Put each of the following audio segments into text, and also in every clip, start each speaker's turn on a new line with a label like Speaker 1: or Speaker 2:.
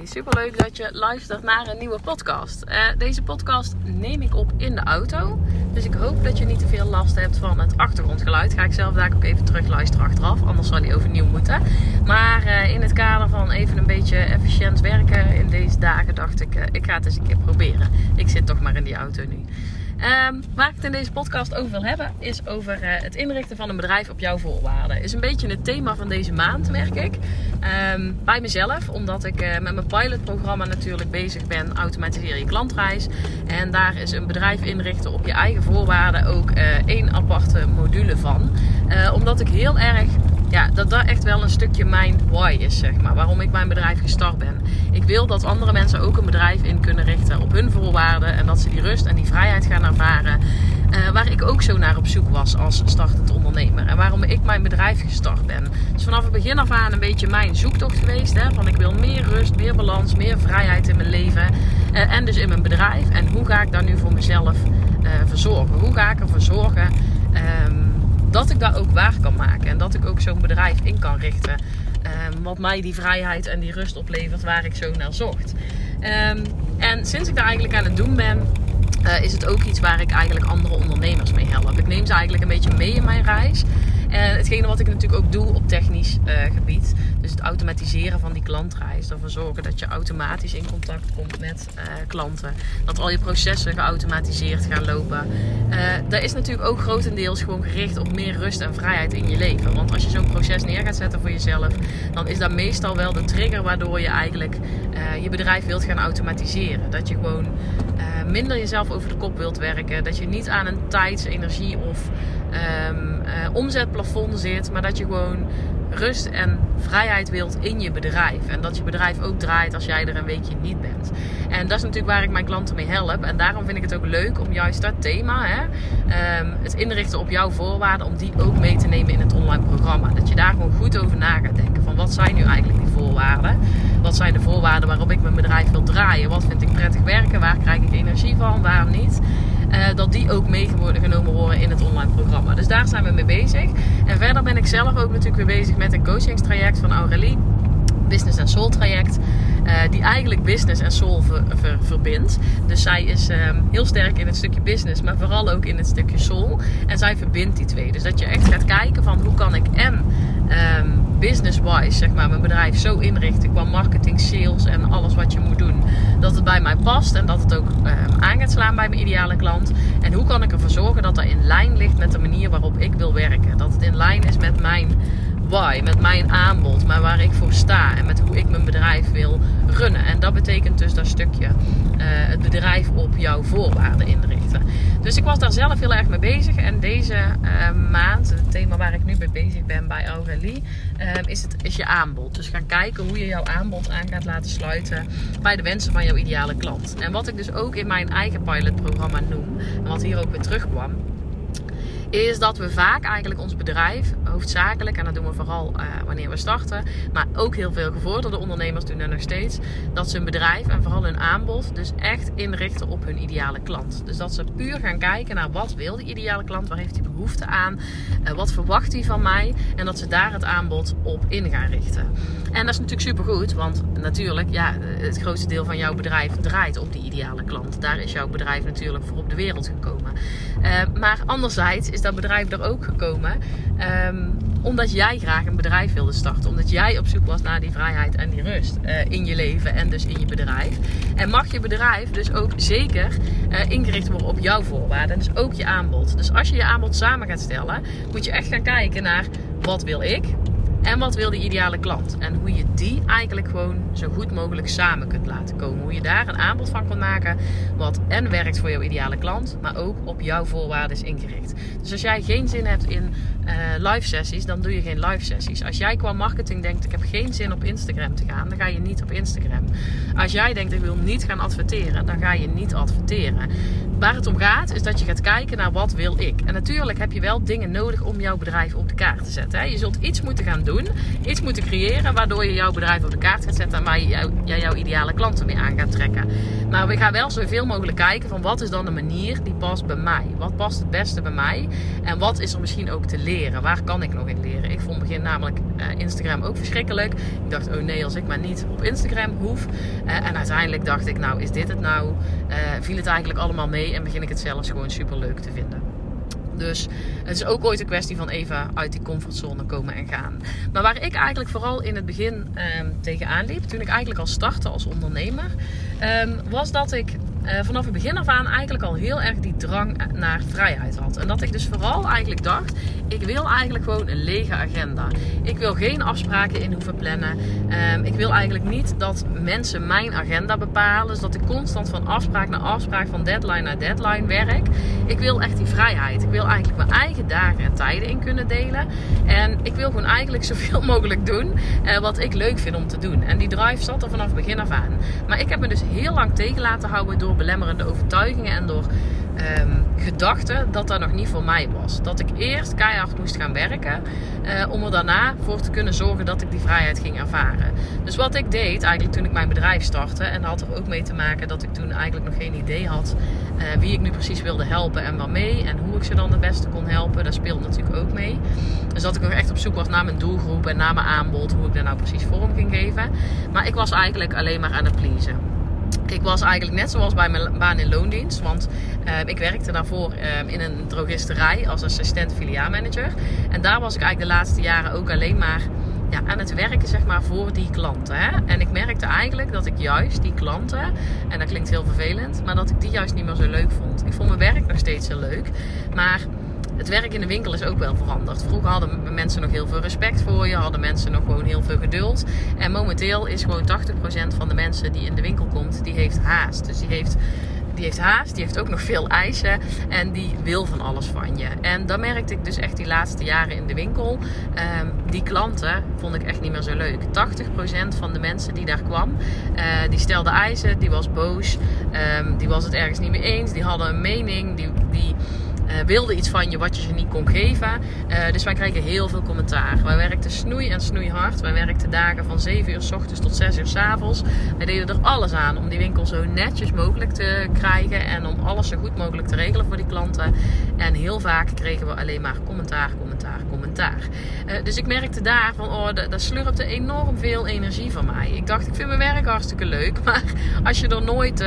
Speaker 1: superleuk dat je luistert naar een nieuwe podcast. Deze podcast neem ik op in de auto. Dus ik hoop dat je niet te veel last hebt van het achtergrondgeluid. Ga ik zelf daar ook even terug luisteren achteraf, anders zal die overnieuw moeten. Maar in het kader van even een beetje efficiënt werken in deze dagen dacht ik ga het eens een keer proberen. Ik zit toch maar in die auto nu. Waar ik het in deze podcast over wil hebben is over het inrichten van een bedrijf op jouw voorwaarden. Is een beetje het thema van deze maand, merk ik. Bij mezelf, omdat ik met mijn pilotprogramma natuurlijk bezig ben. Automatiseren je klantreis. En daar is een bedrijf inrichten op je eigen voorwaarden ook één aparte module van. Omdat ik heel erg... Ja, dat echt wel een stukje mijn why is, zeg maar. Waarom ik mijn bedrijf gestart ben. Ik wil dat andere mensen ook een bedrijf in kunnen richten op hun voorwaarden. En dat ze die rust en die vrijheid gaan ervaren. Waar ik ook zo naar op zoek was als startend ondernemer. En waarom ik mijn bedrijf gestart ben. Dus vanaf het begin af aan een beetje mijn zoektocht geweest. Hè, van ik wil meer rust, meer balans, meer vrijheid in mijn leven. En dus in mijn bedrijf. En hoe ga ik daar nu voor mezelf verzorgen? Hoe ga ik ervoor zorgen... dat ik daar ook waar kan maken. En dat ik ook zo'n bedrijf in kan richten. Wat mij die vrijheid en die rust oplevert waar ik zo naar zocht. En sinds ik daar eigenlijk aan het doen ben... is het ook iets waar ik eigenlijk andere ondernemers mee help. Ik neem ze eigenlijk een beetje mee in mijn reis. En hetgene wat ik natuurlijk ook doe op technisch gebied. Dus het automatiseren van die klantreis. Ervoor zorgen dat je automatisch in contact komt met klanten. Dat al je processen geautomatiseerd gaan lopen. Dat is natuurlijk ook grotendeels gewoon gericht op meer rust en vrijheid in je leven. Want als je zo'n proces neer gaat zetten voor jezelf. Dan is dat meestal wel de trigger waardoor je eigenlijk je bedrijf wilt gaan automatiseren. Dat je gewoon minder jezelf over de kop wilt werken. Dat je niet aan een tijds-, energie of omzetplafond zit. Maar dat je gewoon rust en vrijheid wilt in je bedrijf. En dat je bedrijf ook draait als jij er een weekje niet bent. En dat is natuurlijk waar ik mijn klanten mee help. En daarom vind ik het ook leuk om juist dat thema, het inrichten op jouw voorwaarden, om die ook mee te nemen in het online programma. Dat je daar gewoon goed over na gaat denken. Van wat zijn nu eigenlijk die voorwaarden? Wat zijn de voorwaarden waarop ik mijn bedrijf wil draaien? Wat vind ik prettig werken? Waar krijg ik energie van? Waar niet? Dat die ook meegenomen worden in het online programma. Dus daar zijn we mee bezig. En verder ben ik zelf ook natuurlijk weer bezig met een coachingstraject van Aurélie. Business en Soul traject. Die eigenlijk business en soul verbindt. Dus zij is heel sterk in het stukje business. Maar vooral ook in het stukje soul. En zij verbindt die twee. Dus dat je echt gaat kijken van hoe kan ik business-wise, zeg maar, mijn bedrijf zo inrichten qua marketing, sales en alles wat je moet doen. Dat het bij mij past en dat het ook aan gaat slaan bij mijn ideale klant. En hoe kan ik ervoor zorgen dat dat in lijn ligt met de manier waarop ik wil werken. Dat het in lijn is met mijn why, met mijn aanbod, maar waar ik voor sta en met hoe ik mijn bedrijf wil runnen. En dat betekent dus dat stukje het bedrijf op jouw voorwaarden inrichten. Dus ik was daar zelf heel erg mee bezig. En deze maand, het thema waar ik nu mee bezig ben bij Aurélie, is je aanbod. Dus gaan kijken hoe je jouw aanbod aan gaat laten sluiten bij de wensen van jouw ideale klant. En wat ik dus ook in mijn eigen pilotprogramma noem, en wat hier ook weer terugkwam, is dat we vaak eigenlijk ons bedrijf, hoofdzakelijk, en dat doen we vooral wanneer we starten, maar ook heel veel gevorderde ondernemers doen dat nog steeds, dat ze hun bedrijf en vooral hun aanbod dus echt inrichten op hun ideale klant. Dus dat ze puur gaan kijken naar wat wil die ideale klant, waar heeft hij behoefte aan, wat verwacht hij van mij, en dat ze daar het aanbod op in gaan richten. En dat is natuurlijk supergoed, want natuurlijk, ja, het grootste deel van jouw bedrijf draait op die ideale klant. Daar is jouw bedrijf natuurlijk voor op de wereld gekomen. Maar anderzijds is dat bedrijf er ook gekomen omdat jij graag een bedrijf wilde starten. Omdat jij op zoek was naar die vrijheid en die rust in je leven en dus in je bedrijf. En mag je bedrijf dus ook zeker ingericht worden op jouw voorwaarden. Dus ook je aanbod. Dus als je je aanbod samen gaat stellen, moet je echt gaan kijken naar wat wil ik en wat wil de ideale klant. En hoe je die eigenlijk gewoon zo goed mogelijk samen kunt laten komen. Hoe je daar een aanbod van kunt maken wat en werkt voor jouw ideale klant, maar ook op jouw voorwaarden is ingericht. Dus als jij geen zin hebt in live sessies, dan doe je geen live sessies. Als jij qua marketing denkt, ik heb geen zin op Instagram te gaan, dan ga je niet op Instagram. Als jij denkt, ik wil niet gaan adverteren, dan ga je niet adverteren. Waar het om gaat, is dat je gaat kijken naar wat wil ik. En natuurlijk heb je wel dingen nodig om jouw bedrijf op de kaart te zetten. Je zult iets moeten gaan doen doen. Iets moeten creëren waardoor je jouw bedrijf op de kaart gaat zetten en waar je jouw ideale klanten mee aan gaat trekken. Maar we gaan wel zoveel mogelijk kijken van wat is dan de manier die past bij mij. Wat past het beste bij mij? En wat is er misschien ook te leren? Waar kan ik nog in leren? Ik vond in het begin namelijk Instagram ook verschrikkelijk. Ik dacht, oh nee, als ik maar niet op Instagram hoef. En uiteindelijk dacht ik, nou is dit het nou? Viel het eigenlijk allemaal mee en begin ik het zelfs gewoon super leuk te vinden. Dus het is ook ooit een kwestie van even uit die comfortzone komen en gaan. Maar waar ik eigenlijk vooral in het begin tegenaan liep, toen ik eigenlijk al startte als ondernemer, was dat ik vanaf het begin af aan eigenlijk al heel erg die drang naar vrijheid had. En dat ik dus vooral eigenlijk dacht, ik wil eigenlijk gewoon een lege agenda. Ik wil geen afspraken in hoeven plannen. Ik wil eigenlijk niet dat mensen mijn agenda bepalen. Dus dat ik constant van afspraak naar afspraak, van deadline naar deadline werk. Ik wil echt die vrijheid. Ik wil eigenlijk mijn eigen dagen en tijden in kunnen delen. En ik wil gewoon eigenlijk zoveel mogelijk doen wat ik leuk vind om te doen. En die drive zat er vanaf het begin af aan. Maar ik heb me dus heel lang tegen laten houden door belemmerende overtuigingen en door gedachten dat dat nog niet voor mij was. Dat ik eerst keihard moest gaan werken om er daarna voor te kunnen zorgen dat ik die vrijheid ging ervaren. Dus wat ik deed eigenlijk toen ik mijn bedrijf startte, en dat had er ook mee te maken dat ik toen eigenlijk nog geen idee had wie ik nu precies wilde helpen en waarmee en hoe ik ze dan het beste kon helpen. Dat speelt natuurlijk ook mee. Dus dat ik nog echt op zoek was naar mijn doelgroep en naar mijn aanbod, hoe ik daar nou precies vorm ging geven. Maar ik was eigenlijk alleen maar aan het pleasen. Ik was eigenlijk net zoals bij mijn baan in loondienst. Want ik werkte daarvoor in een drogisterij als assistent filiaalmanager. En daar was ik eigenlijk de laatste jaren ook alleen maar aan het werken, zeg maar, voor die klanten. Hè? En ik merkte eigenlijk dat ik juist die klanten, en dat klinkt heel vervelend, maar dat ik die juist niet meer zo leuk vond. Ik vond mijn werk nog steeds heel leuk. Maar het werk in de winkel is ook wel veranderd. Vroeger hadden mensen nog heel veel respect voor je. Hadden mensen nog gewoon heel veel geduld. En momenteel is gewoon 80% van de mensen die in de winkel komt, die heeft haast. Dus die heeft haast, die heeft ook nog veel eisen. En die wil van alles van je. En dat merkte ik dus echt die laatste jaren in de winkel. Die klanten vond ik echt niet meer zo leuk. 80% van de mensen die daar kwam, die stelde eisen, die was boos. Die was het ergens niet mee eens. Die hadden een mening, die wilde iets van je wat je ze niet kon geven. Dus wij kregen heel veel commentaar. Wij werkten snoei en snoeihard. Wij werkten dagen van 7 uur 's ochtends tot 6 uur 's avonds. Wij deden er alles aan om die winkel zo netjes mogelijk te krijgen. En om alles zo goed mogelijk te regelen voor die klanten. En heel vaak kregen we alleen maar commentaar. Dus ik merkte daar van, dat slurpte enorm veel energie van mij. Ik dacht, ik vind mijn werk hartstikke leuk. Maar als je er nooit,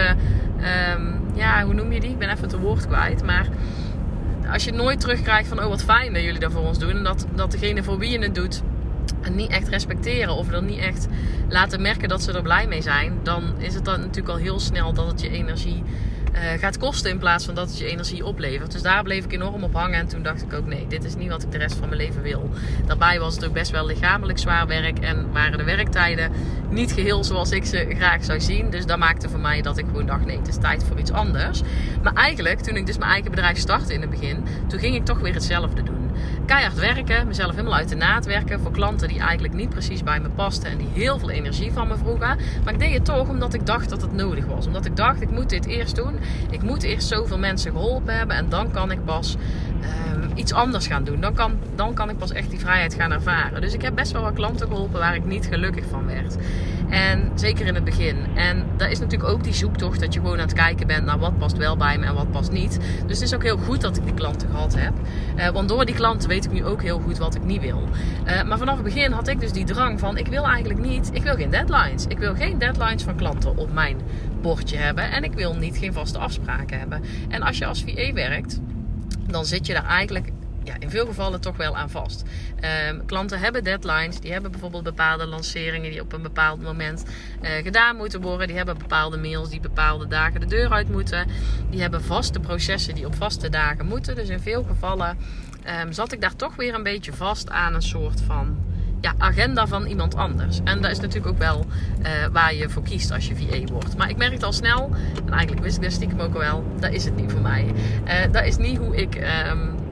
Speaker 1: hoe noem je die? Ik ben even het woord kwijt. Maar als je nooit terugkrijgt van, wat fijn dat jullie dat voor ons doen. En dat degene voor wie je het doet en niet echt respecteren of er niet echt laten merken dat ze er blij mee zijn. Dan is het dan natuurlijk al heel snel dat het je energie gaat kosten in plaats van dat het je energie oplevert. Dus daar bleef ik enorm op hangen. En toen dacht ik ook, nee, dit is niet wat ik de rest van mijn leven wil. Daarbij was het ook best wel lichamelijk zwaar werk. En waren de werktijden niet geheel zoals ik ze graag zou zien. Dus dat maakte voor mij dat ik gewoon dacht, nee, het is tijd voor iets anders. Maar eigenlijk, toen ik dus mijn eigen bedrijf startte in het begin, toen ging ik toch weer hetzelfde doen. Keihard werken, mezelf helemaal uit de naad werken voor klanten die eigenlijk niet precies bij me pasten en die heel veel energie van me vroegen. Maar ik deed het toch omdat ik dacht dat het nodig was. Omdat ik dacht, ik moet dit eerst doen. Ik moet eerst zoveel mensen geholpen hebben en dan kan ik pas iets anders gaan doen. Dan kan ik pas echt die vrijheid gaan ervaren. Dus ik heb best wel wat klanten geholpen waar ik niet gelukkig van werd. En zeker in het begin. En dat is natuurlijk ook die zoektocht dat je gewoon aan het kijken bent naar wat past wel bij me en wat past niet. Dus het is ook heel goed dat ik die klanten gehad heb. Want door die klanten weet ik nu ook heel goed wat ik niet wil. Maar vanaf het begin had ik dus die drang van, ik wil geen deadlines. Ik wil geen deadlines van klanten op mijn bordje hebben. En ik wil geen vaste afspraken hebben. En als je als VA werkt, dan zit je daar eigenlijk in veel gevallen toch wel aan vast. Klanten hebben deadlines. Die hebben bijvoorbeeld bepaalde lanceringen die op een bepaald moment gedaan moeten worden. Die hebben bepaalde mails die bepaalde dagen de deur uit moeten. Die hebben vaste processen die op vaste dagen moeten. Dus in veel gevallen zat ik daar toch weer een beetje vast aan een soort van agenda van iemand anders. En dat is natuurlijk ook wel waar je voor kiest als je VA wordt. Maar ik merkte al snel, en eigenlijk wist ik dat stiekem ook wel, dat is het niet voor mij. Dat is niet hoe ik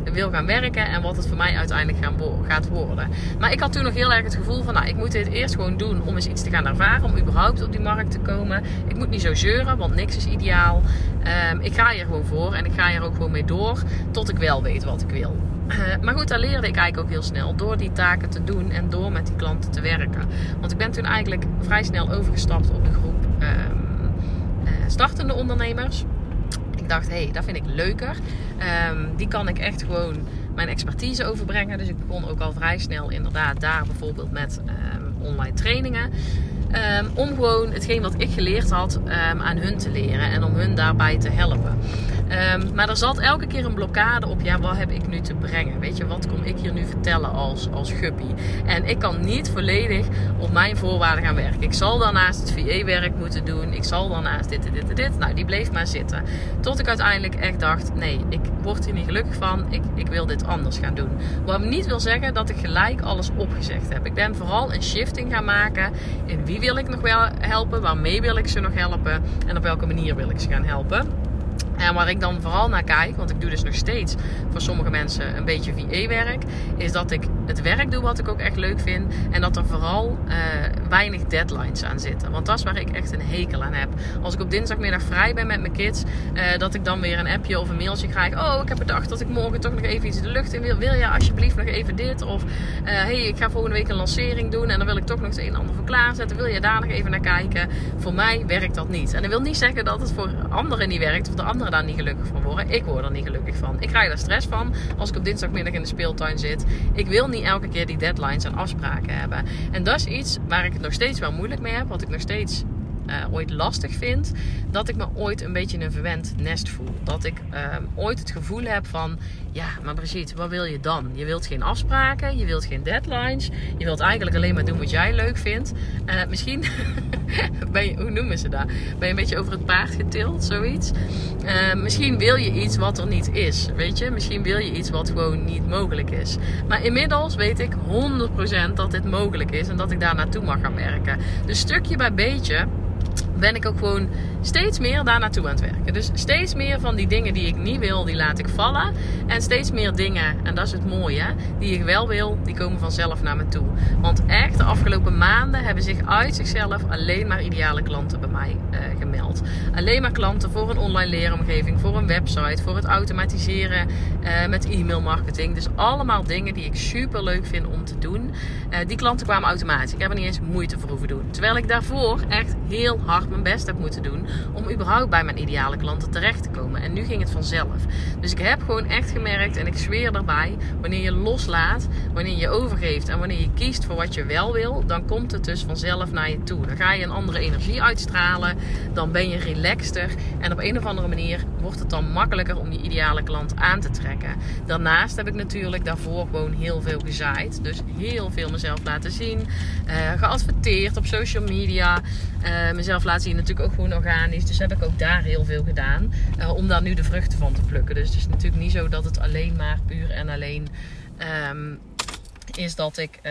Speaker 1: wil gaan werken en wat het voor mij uiteindelijk gaat worden. Maar ik had toen nog heel erg het gevoel van, ik moet dit eerst gewoon doen om eens iets te gaan ervaren, om überhaupt op die markt te komen. Ik moet niet zo zeuren, want niks is ideaal. Ik ga hier gewoon voor en ik ga hier ook gewoon mee door tot ik wel weet wat ik wil. Maar goed, daar leerde ik eigenlijk ook heel snel door die taken te doen en door met die klanten te werken. Want ik ben toen eigenlijk vrij snel overgestapt op de groep startende ondernemers. Ik dacht, dat vind ik leuker. Die kan ik echt gewoon mijn expertise overbrengen. Dus ik begon ook al vrij snel inderdaad daar bijvoorbeeld met online trainingen. Om gewoon hetgeen wat ik geleerd had aan hun te leren en om hun daarbij te helpen. Maar er zat elke keer een blokkade op, wat heb ik nu te brengen? Weet je, wat kom ik hier nu vertellen als guppy? En ik kan niet volledig op mijn voorwaarden gaan werken. Ik zal daarnaast het VA-werk moeten doen. Ik zal daarnaast dit. Nou, die bleef maar zitten. Tot ik uiteindelijk echt dacht, nee, ik word hier niet gelukkig van. Ik wil dit anders gaan doen. Wat niet wil zeggen dat ik gelijk alles opgezegd heb. Ik ben vooral een shifting gaan maken in wie wil ik nog wel helpen, waarmee wil ik ze nog helpen en op welke manier wil ik ze gaan helpen. En waar ik dan vooral naar kijk, want ik doe dus nog steeds voor sommige mensen een beetje VA-werk, is dat ik het werk doe wat ik ook echt leuk vind. En dat er vooral weinig deadlines aan zitten. Want dat is waar ik echt een hekel aan heb. Als ik op dinsdagmiddag vrij ben met mijn kids, dat ik dan weer een appje of een mailtje krijg. Oh, ik heb bedacht dat ik morgen toch nog even iets de lucht in wil. Wil je alsjeblieft nog even dit? Of ik ga volgende week een lancering doen en dan wil ik toch nog het een en ander voor klaarzetten. Wil je daar nog even naar kijken? Voor mij werkt dat niet. En dat wil niet zeggen dat het voor anderen niet werkt of de anderen daar niet gelukkig van worden. Ik word er niet gelukkig van. Ik krijg daar stress van als ik op dinsdagmiddag in de speeltuin zit. Ik wil niet elke keer die deadlines en afspraken hebben. En dat is iets waar ik het nog steeds wel moeilijk mee heb. Wat ik nog steeds ooit lastig vind. Dat ik me ooit een beetje een verwend nest voel. Dat ik ooit het gevoel heb van, maar Brigitte, wat wil je dan? Je wilt geen afspraken, je wilt geen deadlines. Je wilt eigenlijk alleen maar doen wat jij leuk vindt. Misschien hoe noemen ze dat? Ben je een beetje over het paard getild, zoiets? Misschien wil je iets wat er niet is, weet je? Misschien wil je iets wat gewoon niet mogelijk is. Maar inmiddels weet ik 100% dat dit mogelijk is en dat ik daar naartoe mag gaan werken. Dus stukje bij beetje ben ik ook gewoon steeds meer daar naartoe aan het werken. Dus steeds meer van die dingen die ik niet wil, die laat ik vallen. En steeds meer dingen, en dat is het mooie, die ik wel wil, die komen vanzelf naar me toe. Want echt, de afgelopen maanden hebben zich uit zichzelf alleen maar ideale klanten bij mij gemeld. Alleen maar klanten voor een online leeromgeving, voor een website, voor het automatiseren met e-mailmarketing. Dus allemaal dingen die ik super leuk vind om te doen. Die klanten kwamen automatisch. Ik heb er niet eens moeite voor hoeven doen. Terwijl ik daarvoor echt heel hard mijn best heb moeten doen om überhaupt bij mijn ideale klanten terecht te komen. En nu ging het vanzelf. Dus ik heb gewoon echt gemerkt, en ik zweer erbij, wanneer je loslaat, wanneer je overgeeft en wanneer je kiest voor wat je wel wil, dan komt het dus vanzelf naar je toe. Dan ga je een andere energie uitstralen, dan ben je relaxter en op een of andere manier wordt het dan makkelijker om je ideale klant aan te trekken. Daarnaast heb ik natuurlijk daarvoor gewoon heel veel gezaaid. Dus heel veel mezelf laten zien, geadverteerd op social media, mezelf laten zien natuurlijk ook gewoon organisch. Dus heb ik ook daar heel veel gedaan om daar nu de vruchten van te plukken. Dus het is natuurlijk niet zo dat het alleen maar puur en alleen is dat ik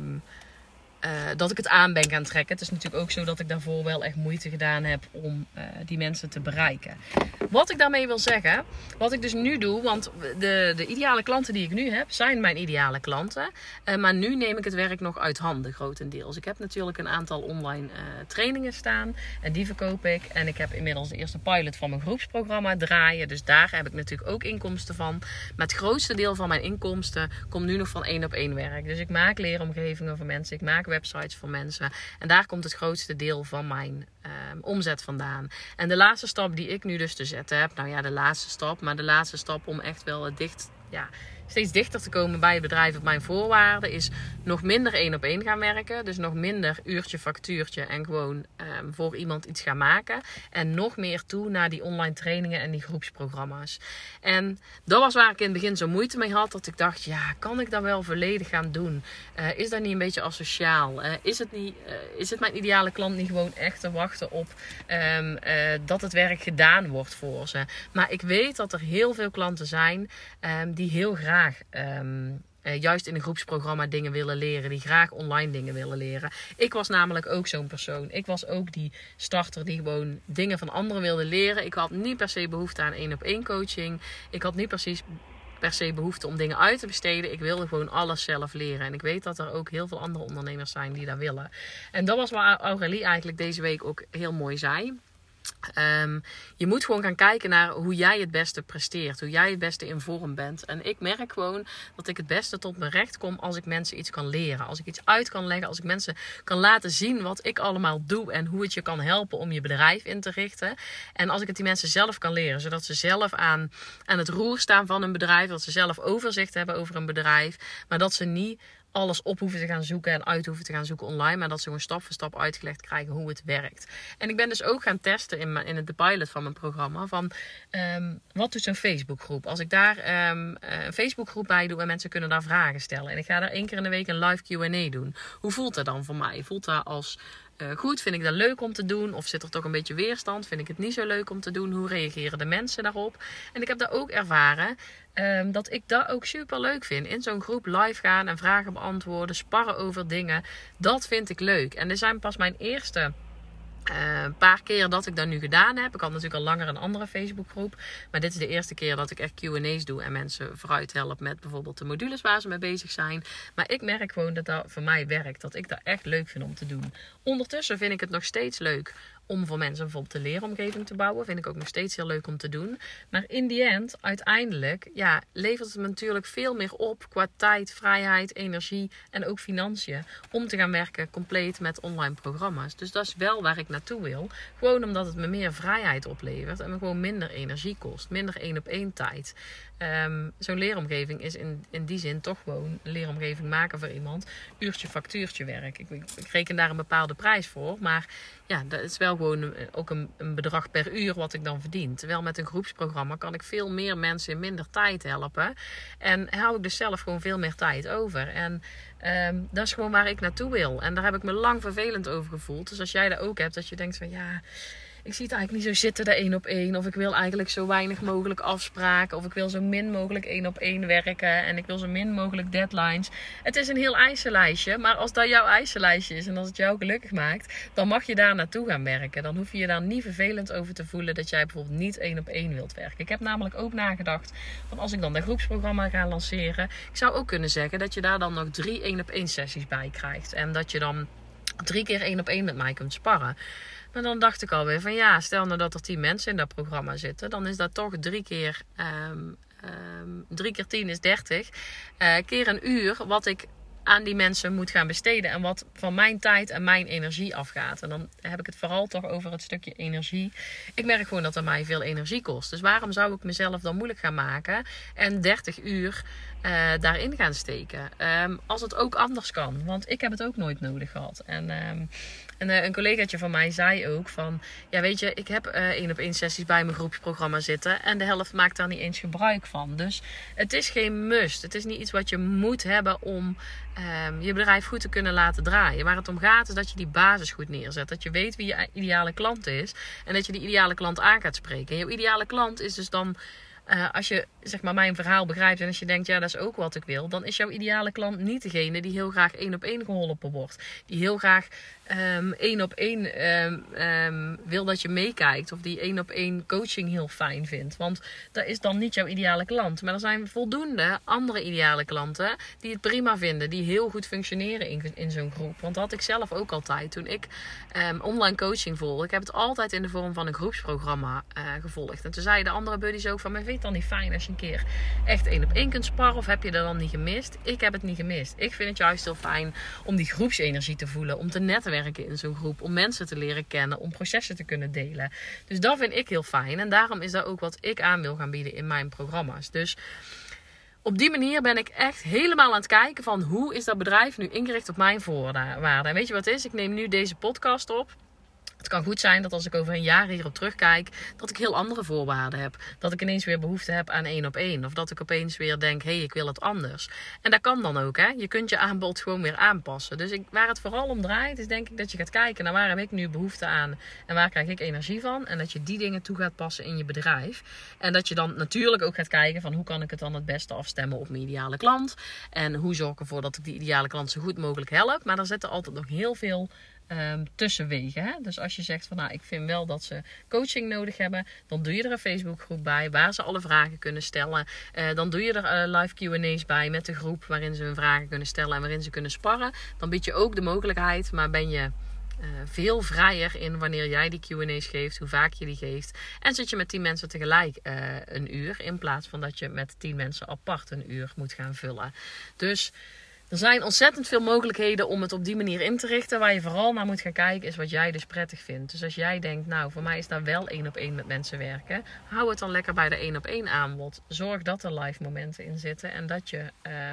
Speaker 1: het aan ben gaan trekken. Het is natuurlijk ook zo dat ik daarvoor wel echt moeite gedaan heb om die mensen te bereiken. Wat ik daarmee wil zeggen, wat ik dus nu doe, want de ideale klanten die ik nu heb, zijn mijn ideale klanten. Maar nu neem ik het werk nog uit handen, grotendeels. Ik heb natuurlijk een aantal online trainingen staan en die verkoop ik. En ik heb inmiddels de eerste pilot van mijn groepsprogramma draaien. Dus daar heb ik natuurlijk ook inkomsten van. Maar het grootste deel van mijn inkomsten komt nu nog van 1-op-1 werk. Dus ik maak leeromgevingen voor mensen, ik maak websites voor mensen. En daar komt het grootste deel van mijn omzet vandaan. En de laatste stap die ik nu dus te zetten heb, de laatste stap om echt wel steeds dichter te komen bij het bedrijf op mijn voorwaarden, is nog minder 1-op-1 gaan werken. Dus nog minder uurtje, factuurtje en gewoon voor iemand iets gaan maken. En nog meer toe naar die online trainingen en die groepsprogramma's. En dat was waar ik in het begin zo moeite mee had. Dat ik dacht, kan ik dat wel volledig gaan doen? Is dat niet een beetje asociaal? Is het mijn ideale klant niet gewoon echt te wachten op dat het werk gedaan wordt voor ze? Maar ik weet dat er heel veel klanten zijn die heel graag juist in een groepsprogramma dingen willen leren. Die graag online dingen willen leren. Ik was namelijk ook zo'n persoon. Ik was ook die starter die gewoon dingen van anderen wilde leren. Ik had niet per se behoefte aan 1-op-1 coaching. Ik had niet per per se behoefte om dingen uit te besteden. Ik wilde gewoon alles zelf leren. En ik weet dat er ook heel veel andere ondernemers zijn die dat willen. En dat was wat Aurélie eigenlijk deze week ook heel mooi zei. Je moet gewoon gaan kijken naar hoe jij het beste presteert. Hoe jij het beste in vorm bent. En ik merk gewoon dat ik het beste tot mijn recht kom als ik mensen iets kan leren. Als ik iets uit kan leggen. Als ik mensen kan laten zien wat ik allemaal doe. En hoe het je kan helpen om je bedrijf in te richten. En als ik het die mensen zelf kan leren. Zodat ze zelf aan het roer staan van een bedrijf. Dat ze zelf overzicht hebben over een bedrijf. Maar dat ze niet alles op hoeven te gaan zoeken en uit hoeven te gaan zoeken online. Maar dat ze gewoon stap voor stap uitgelegd krijgen hoe het werkt. En ik ben dus ook gaan testen in de pilot van mijn programma. Van wat doet zo'n Facebookgroep? Als ik daar een Facebookgroep bij doe en mensen kunnen daar vragen stellen. En ik ga daar 1 keer in de week een live Q&A doen. Hoe voelt dat dan voor mij? Voelt dat als goed? Vind ik dat leuk om te doen? Of zit er toch een beetje weerstand? Vind ik het niet zo leuk om te doen? Hoe reageren de mensen daarop? En ik heb daar ook ervaren dat ik dat ook super leuk vind. In zo'n groep live gaan en vragen beantwoorden, sparren over dingen. Dat vind ik leuk. En er zijn pas mijn eerste paar keer dat ik dat nu gedaan heb. Ik had natuurlijk al langer een andere Facebookgroep. Maar dit is de eerste keer dat ik echt Q&A's doe. En mensen vooruit help met bijvoorbeeld de modules waar ze mee bezig zijn. Maar ik merk gewoon dat dat voor mij werkt. Dat ik dat echt leuk vind om te doen. Ondertussen vind ik het nog steeds leuk om voor mensen bijvoorbeeld de leeromgeving te bouwen. Vind ik ook nog steeds heel leuk om te doen. Maar in die end, uiteindelijk, levert het me natuurlijk veel meer op qua tijd, vrijheid, energie en ook financiën. Om te gaan werken compleet met online programma's. Dus dat is wel waar ik naartoe wil. Gewoon omdat het me meer vrijheid oplevert. En me gewoon minder energie kost. Minder 1-op-1 tijd. Zo'n leeromgeving is in die zin toch gewoon een leeromgeving maken voor iemand. Uurtje factuurtje werk. Ik reken daar een bepaalde prijs voor. Maar ja, dat is wel gewoon ook een bedrag per uur wat ik dan verdien. Terwijl met een groepsprogramma kan ik veel meer mensen in minder tijd helpen. En hou ik dus zelf gewoon veel meer tijd over. En dat is gewoon waar ik naartoe wil. En daar heb ik me lang vervelend over gevoeld. Dus als jij dat ook hebt, dat je denkt van ja, ik zie het eigenlijk niet zo zitten, de 1-op-1. Of ik wil eigenlijk zo weinig mogelijk afspraken. Of ik wil zo min mogelijk 1-op-1 werken. En ik wil zo min mogelijk deadlines. Het is een heel eisenlijstje. Maar als dat jouw eisenlijstje is en als het jou gelukkig maakt, dan mag je daar naartoe gaan werken. Dan hoef je je daar niet vervelend over te voelen dat jij bijvoorbeeld niet 1-op-1 wilt werken. Ik heb namelijk ook nagedacht van als ik dan dat groepsprogramma ga lanceren. Ik zou ook kunnen zeggen dat je daar dan nog 3 1-op-1 sessies bij krijgt. En dat je dan 3 keer 1-op-1 met mij kunt sparren. Maar dan dacht ik alweer van ja, stel nou dat er 10 mensen in dat programma zitten. Dan is dat toch 3 keer 10 is 30. Keer een uur wat ik aan die mensen moet gaan besteden. En wat van mijn tijd en mijn energie afgaat. En dan heb ik het vooral toch over het stukje energie. Ik merk gewoon dat het mij veel energie kost. Dus waarom zou ik mezelf dan moeilijk gaan maken en 30 uur daarin gaan steken? Als het ook anders kan. Want ik heb het ook nooit nodig gehad. En een collegaatje van mij zei ook van, ja weet je, ik heb 1-op-1 sessies bij mijn groepsprogramma zitten. En de helft maakt daar niet eens gebruik van. Dus het is geen must. Het is niet iets wat je moet hebben om je bedrijf goed te kunnen laten draaien. Waar het om gaat is dat je die basis goed neerzet. Dat je weet wie je ideale klant is. En dat je die ideale klant aan gaat spreken. En jouw ideale klant is dus dan, als je zeg maar mijn verhaal begrijpt en als je denkt, ja dat is ook wat ik wil. Dan is jouw ideale klant niet degene die heel graag 1-op-1 geholpen wordt. Die heel graag 1-op-1 wil dat je meekijkt. Of die 1-op-1 coaching heel fijn vindt. Want dat is dan niet jouw ideale klant. Maar er zijn voldoende andere ideale klanten die het prima vinden. Die heel goed functioneren in zo'n groep. Want dat had ik zelf ook altijd. Toen ik online coaching volgde. Ik heb het altijd in de vorm van een groepsprogramma gevolgd. En toen zeiden de andere buddies ook van, maar vind je het dan niet fijn als je een keer echt 1-op-1 kunt sparren? Of heb je dat dan niet gemist? Ik heb het niet gemist. Ik vind het juist heel fijn om die groepsenergie te voelen. Om te netwerken in zo'n groep. Om mensen te leren kennen. Om processen te kunnen delen. Dus dat vind ik heel fijn. En daarom is dat ook wat ik aan wil gaan bieden in mijn programma's. Dus op die manier ben ik echt helemaal aan het kijken van hoe is dat bedrijf nu ingericht op mijn voorwaarden. En weet je wat het is? Ik neem nu deze podcast op. Het kan goed zijn dat als ik over een jaar hierop terugkijk, dat ik heel andere voorwaarden heb. Dat ik ineens weer behoefte heb aan 1-op-1. Of dat ik opeens weer denk, hé, ik wil het anders. En dat kan dan ook, hè. Je kunt je aanbod gewoon weer aanpassen. Dus waar het vooral om draait, is denk ik dat je gaat kijken naar waar heb ik nu behoefte aan. En waar krijg ik energie van. En dat je die dingen toe gaat passen in je bedrijf. En dat je dan natuurlijk ook gaat kijken van hoe kan ik het dan het beste afstemmen op mijn ideale klant. En hoe zorg ik ervoor dat ik die ideale klant zo goed mogelijk help. Maar er zitten altijd nog heel veel tussenwegen. Hè? Dus als je zegt van ik vind wel dat ze coaching nodig hebben, dan doe je er een Facebookgroep bij waar ze alle vragen kunnen stellen. Dan doe je er live Q&A's bij met de groep waarin ze hun vragen kunnen stellen en waarin ze kunnen sparren. Dan bied je ook de mogelijkheid, maar ben je veel vrijer in wanneer jij die Q&A's geeft, hoe vaak je die geeft. En zit je met 10 mensen tegelijk een uur, in plaats van dat je met 10 mensen apart een uur moet gaan vullen. Dus er zijn ontzettend veel mogelijkheden om het op die manier in te richten. Waar je vooral naar moet gaan kijken is wat jij dus prettig vindt. Dus als jij denkt, voor mij is daar wel 1-op-1 met mensen werken. Hou het dan lekker bij de 1-op-1 aanbod. Zorg dat er live momenten in zitten en dat je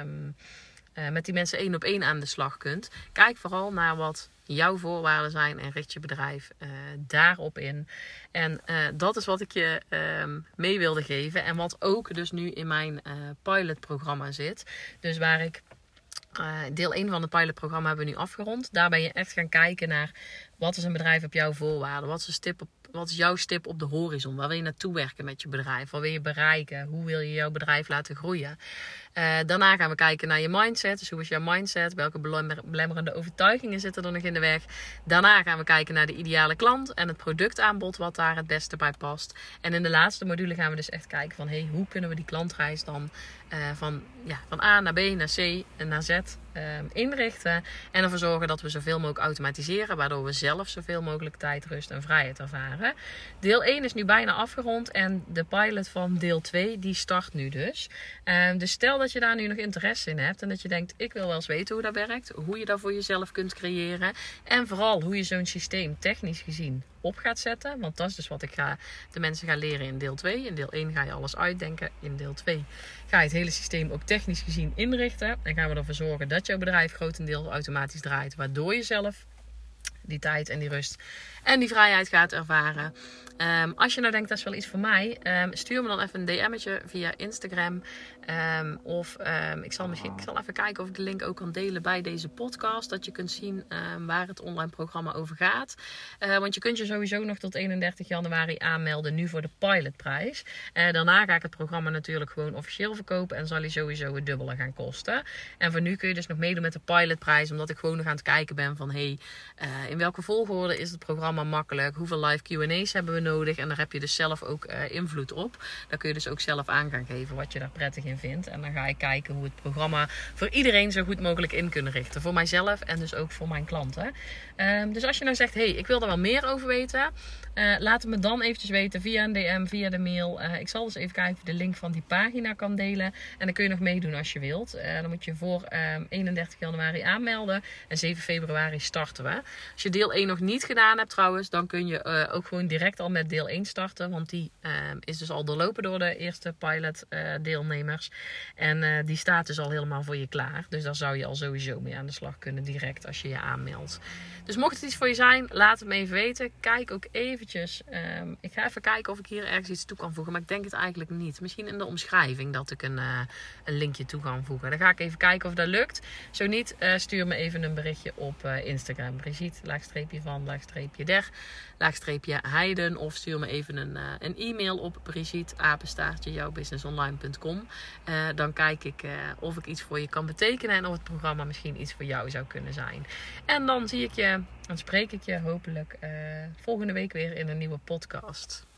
Speaker 1: met die mensen 1-op-1 aan de slag kunt. Kijk vooral naar wat jouw voorwaarden zijn en richt je bedrijf daarop in. En dat is wat ik je mee wilde geven. En wat ook dus nu in mijn pilotprogramma zit. Dus waar ik deel 1 van het pilotprogramma hebben we nu afgerond. Daar ben je echt gaan kijken naar wat is een bedrijf op jouw voorwaarden. Wat is jouw stip op de horizon? Waar wil je naartoe werken met je bedrijf? Wat wil je bereiken? Hoe wil je jouw bedrijf laten groeien? Daarna gaan we kijken naar je mindset. Dus hoe is jouw mindset? Welke belemmerende overtuigingen zitten er nog in de weg? Daarna gaan we kijken naar de ideale klant en het productaanbod wat daar het beste bij past. En in de laatste module gaan we dus echt kijken van hoe kunnen we die klantreis dan van A naar B naar C en naar Z inrichten. En ervoor zorgen dat we zoveel mogelijk automatiseren, waardoor we zelf zoveel mogelijk tijd, rust en vrijheid ervaren. Deel 1 is nu bijna afgerond en de pilot van deel 2 die start nu dus. Dus stel dat je daar nu nog interesse in hebt en dat je denkt, ik wil wel eens weten hoe dat werkt, hoe je dat voor jezelf kunt creëren en vooral hoe je zo'n systeem technisch gezien op gaat zetten. Want dat is dus wat ik de mensen ga leren in deel 2. In deel 1 ga je alles uitdenken. In deel 2 ga je het hele systeem ook technisch gezien inrichten. En gaan we ervoor zorgen dat jouw bedrijf grotendeels automatisch draait. Waardoor je zelf die tijd en die rust en die vrijheid gaat ervaren. Als je nou denkt, dat is wel iets voor mij, stuur me dan even een DM'tje via Instagram. Ik zal even kijken of ik de link ook kan delen bij deze podcast. Dat je kunt zien waar het online programma over gaat. Want je kunt je sowieso nog tot 31 januari aanmelden nu voor de pilotprijs. Daarna ga ik het programma natuurlijk gewoon officieel verkopen. En zal hij sowieso het dubbele gaan kosten. En voor nu kun je dus nog meedoen met de pilotprijs. Omdat ik gewoon nog aan het kijken ben van in welke volgorde is het programma makkelijk? Hoeveel live Q&A's hebben we nodig? En daar heb je dus zelf ook invloed op. Daar kun je dus ook zelf aan gaan geven wat je daar prettig in vindt. En dan ga ik kijken hoe het programma voor iedereen zo goed mogelijk in kunnen richten. Voor mijzelf en dus ook voor mijn klanten. Dus als je nou zegt, ik wil er wel meer over weten. Laat het me dan eventjes weten via een DM, via de mail. Ik zal dus even kijken of je de link van die pagina kan delen. En dan kun je nog meedoen als je wilt. Dan moet je voor 31 januari aanmelden. En 7 februari starten we. Als je deel 1 nog niet gedaan hebt trouwens, dan kun je ook gewoon direct al met deel 1 starten. Want die is dus al doorlopen door de eerste pilot deelnemers. En die staat dus al helemaal voor je klaar. Dus daar zou je al sowieso mee aan de slag kunnen direct als je je aanmeldt. Dus mocht het iets voor je zijn, laat het me even weten. Kijk ook eventjes. Ik ga even kijken of ik hier ergens iets toe kan voegen. Maar ik denk het eigenlijk niet. Misschien in de omschrijving dat ik een linkje toe kan voegen. Dan ga ik even kijken of dat lukt. Zo niet, stuur me even een berichtje op Instagram. Brigitte_der_Heiden. Of stuur me even een e-mail op Brigitte@jouwbusinessonline.com. Dan kijk ik of ik iets voor je kan betekenen. En of het programma misschien iets voor jou zou kunnen zijn. En dan spreek ik je hopelijk volgende week weer in een nieuwe podcast.